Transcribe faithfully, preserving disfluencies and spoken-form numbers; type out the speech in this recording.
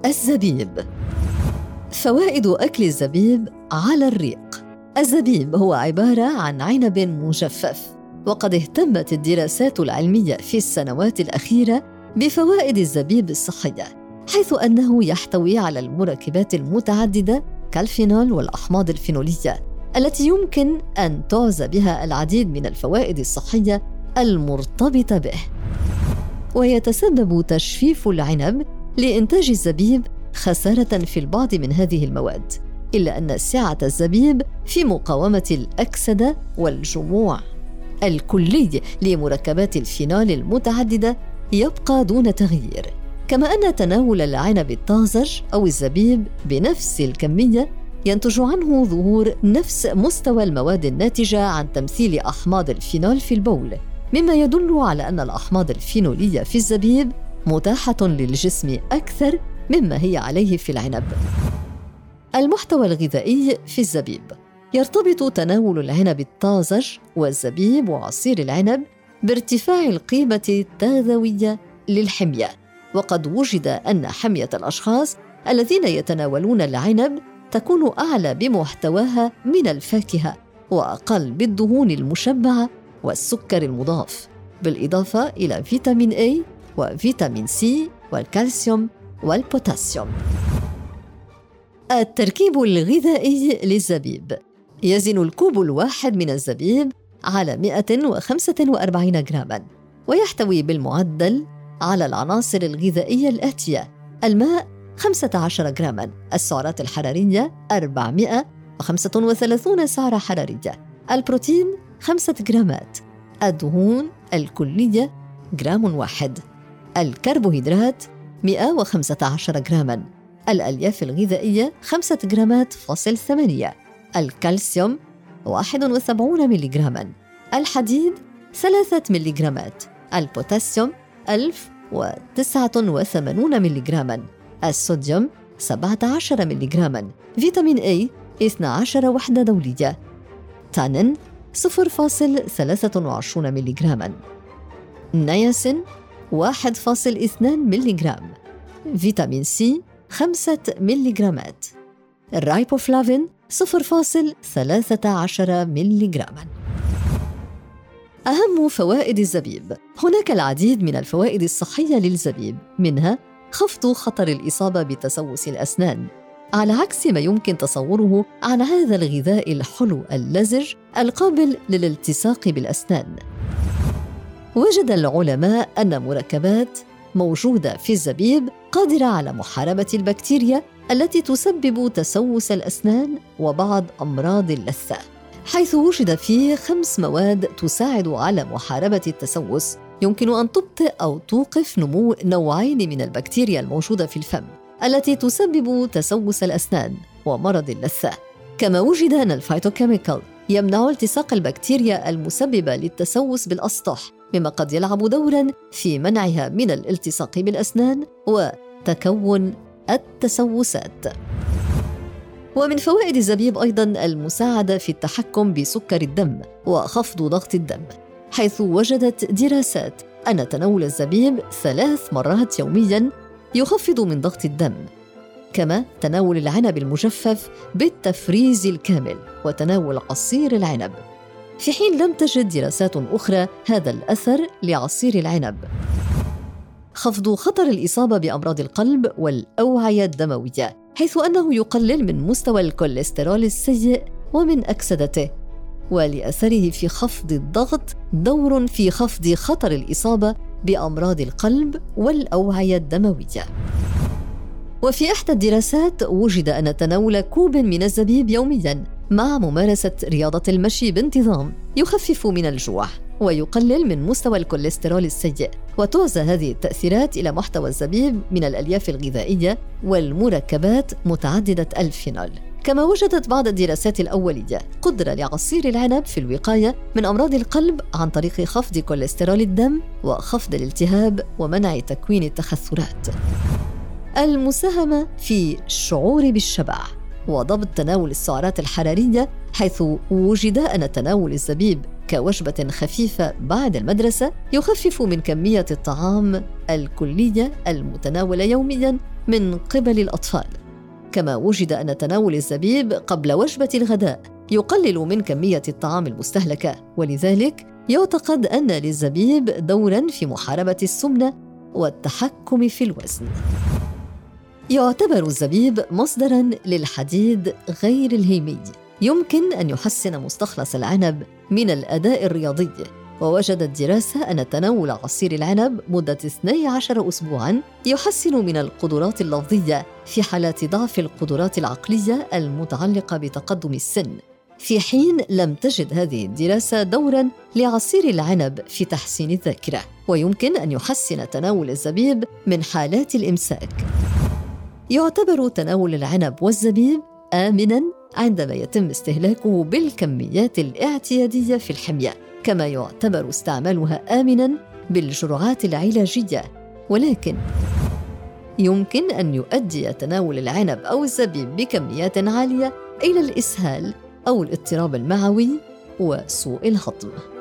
الزبيب. فوائد أكل الزبيب على الريق. الزبيب هو عبارة عن عنب مجفف، وقد اهتمت الدراسات العلمية في السنوات الأخيرة بفوائد الزبيب الصحية، حيث أنه يحتوي على المركبات المتعددة كالفينول والأحماض الفينولية التي يمكن أن تعزى بها العديد من الفوائد الصحية المرتبطة به. ويتسبب تجفيف العنب لإنتاج الزبيب خسارة في البعض من هذه المواد، إلا أن سعة الزبيب في مقاومة الأكسدة والجموع الكلي لمركبات الفينول المتعددة يبقى دون تغيير، كما أن تناول العنب الطازج أو الزبيب بنفس الكمية ينتج عنه ظهور نفس مستوى المواد الناتجة عن تمثيل أحماض الفينول في البول، مما يدل على أن الأحماض الفينولية في الزبيب متاحة للجسم أكثر مما هي عليه في العنب. المحتوى الغذائي في الزبيب. يرتبط تناول العنب الطازج والزبيب وعصير العنب بارتفاع القيمة التغذوية للحمية، وقد وجد أن حمية الأشخاص الذين يتناولون العنب تكون أعلى بمحتواها من الفاكهة وأقل بالدهون المشبعة والسكر المضاف، بالإضافة إلى فيتامين A وفيتامين سي والكالسيوم والبوتاسيوم. التركيب الغذائي للزبيب. يزن الكوب الواحد من الزبيب على مئة وخمسة وأربعين جراما، ويحتوي بالمعدل على العناصر الغذائية الآتية: الماء خمسة عشر جراما، السعرات الحرارية أربعمئة وخمسة وثلاثين سعرة حرارية، البروتين خمسة جرامات، الدهون الكلية جرام واحد، الكربوهيدرات مئة وخمسة عشر جراما، الألياف الغذائية خمسة جرامات فاصل ثمانية، الكالسيوم واحد وسبعون ملغراما، الحديد ثلاثة ملغرامات، البوتاسيوم ألف وتسعة وثمانون ملغراما، الصوديوم سبعة عشر ملغراما، فيتامين A اثنتا عشرة وحدة دولية، تانين صفر فاصل ثلاثة وعشرين ملغراما، نياسين واحد فاصل اثنين ملغرام، فيتامين سي خمسة ملغرامات، الرايبوفلافين صفر فاصل ثلاثة عشر ملغراما. أهم فوائد الزبيب. هناك العديد من الفوائد الصحية للزبيب، منها خفض خطر الإصابة بتسوس الأسنان، على عكس ما يمكن تصوره عن هذا الغذاء الحلو اللزج القابل للالتصاق بالأسنان. وجد العلماء أن مركبات موجودة في الزبيب قادرة على محاربة البكتيريا التي تسبب تسوس الأسنان وبعض أمراض اللثة، حيث وجد فيه خمس مواد تساعد على محاربة التسوس يمكن أن تبطئ أو توقف نمو نوعين من البكتيريا الموجودة في الفم التي تسبب تسوس الأسنان ومرض اللثة. كما وجد أن الفيتوكيميكال يمنع التصاق البكتيريا المسببة للتسوس بالأسطح، مما قد يلعب دورا في منعها من الالتصاق بالأسنان وتكون التسوسات. ومن فوائد الزبيب أيضاً المساعدة في التحكم بسكر الدم وخفض ضغط الدم، حيث وجدت دراسات أن تناول الزبيب ثلاث مرات يومياً يخفض من ضغط الدم، كما تناول العنب المجفف بالتفريز الكامل وتناول عصير العنب، في حين لم تجد دراسات أخرى هذا الأثر لعصير العنب. خفض خطر الإصابة بأمراض القلب والأوعية الدموية، حيث أنه يقلل من مستوى الكوليسترول السيء ومن أكسدته، ولأثره في خفض الضغط دور في خفض خطر الإصابة بأمراض القلب والأوعية الدموية. وفي إحدى الدراسات وجد أن تناول كوب من الزبيب يومياً مع ممارسة رياضة المشي بانتظام يخفف من الجوع ويقلل من مستوى الكوليسترول السيء، وتعزى هذه التأثيرات إلى محتوى الزبيب من الألياف الغذائية والمركبات متعددة الفينول. كما وجدت بعض الدراسات الأولية قدرة لعصير العنب في الوقاية من أمراض القلب عن طريق خفض كوليسترول الدم وخفض الالتهاب ومنع تكوين التخثرات. المساهمة في الشعور بالشبع وضبط تناول السعرات الحرارية، حيث وجد أن تناول الزبيب كوجبة خفيفة بعد المدرسة يخفف من كمية الطعام الكلية المتناولة يومياً من قبل الأطفال. كما وجد أن تناول الزبيب قبل وجبة الغداء يقلل من كمية الطعام المستهلكة، ولذلك يعتقد أن للزبيب دوراً في محاربة السمنة والتحكم في الوزن. يعتبر الزبيب مصدراً للحديد غير الهيمي، يمكن أن يحسن مستخلص العنب من الأداء الرياضي. ووجدت دراسة أن تناول عصير العنب مدة اثني عشر أسبوعاً يحسن من القدرات اللفظية في حالات ضعف القدرات العقلية المتعلقة بتقدم السن، في حين لم تجد هذه الدراسة دوراً لعصير العنب في تحسين الذاكرة. ويمكن أن يحسن تناول الزبيب من حالات الإمساك. يعتبر تناول العنب والزبيب آمناً عندما يتم استهلاكه بالكميات الاعتيادية في الحمية، كما يعتبر استعمالها آمناً بالجرعات العلاجية. ولكن يمكن أن يؤدي تناول العنب أو الزبيب بكميات عالية إلى الإسهال أو الاضطراب المعوي وسوء الهضم.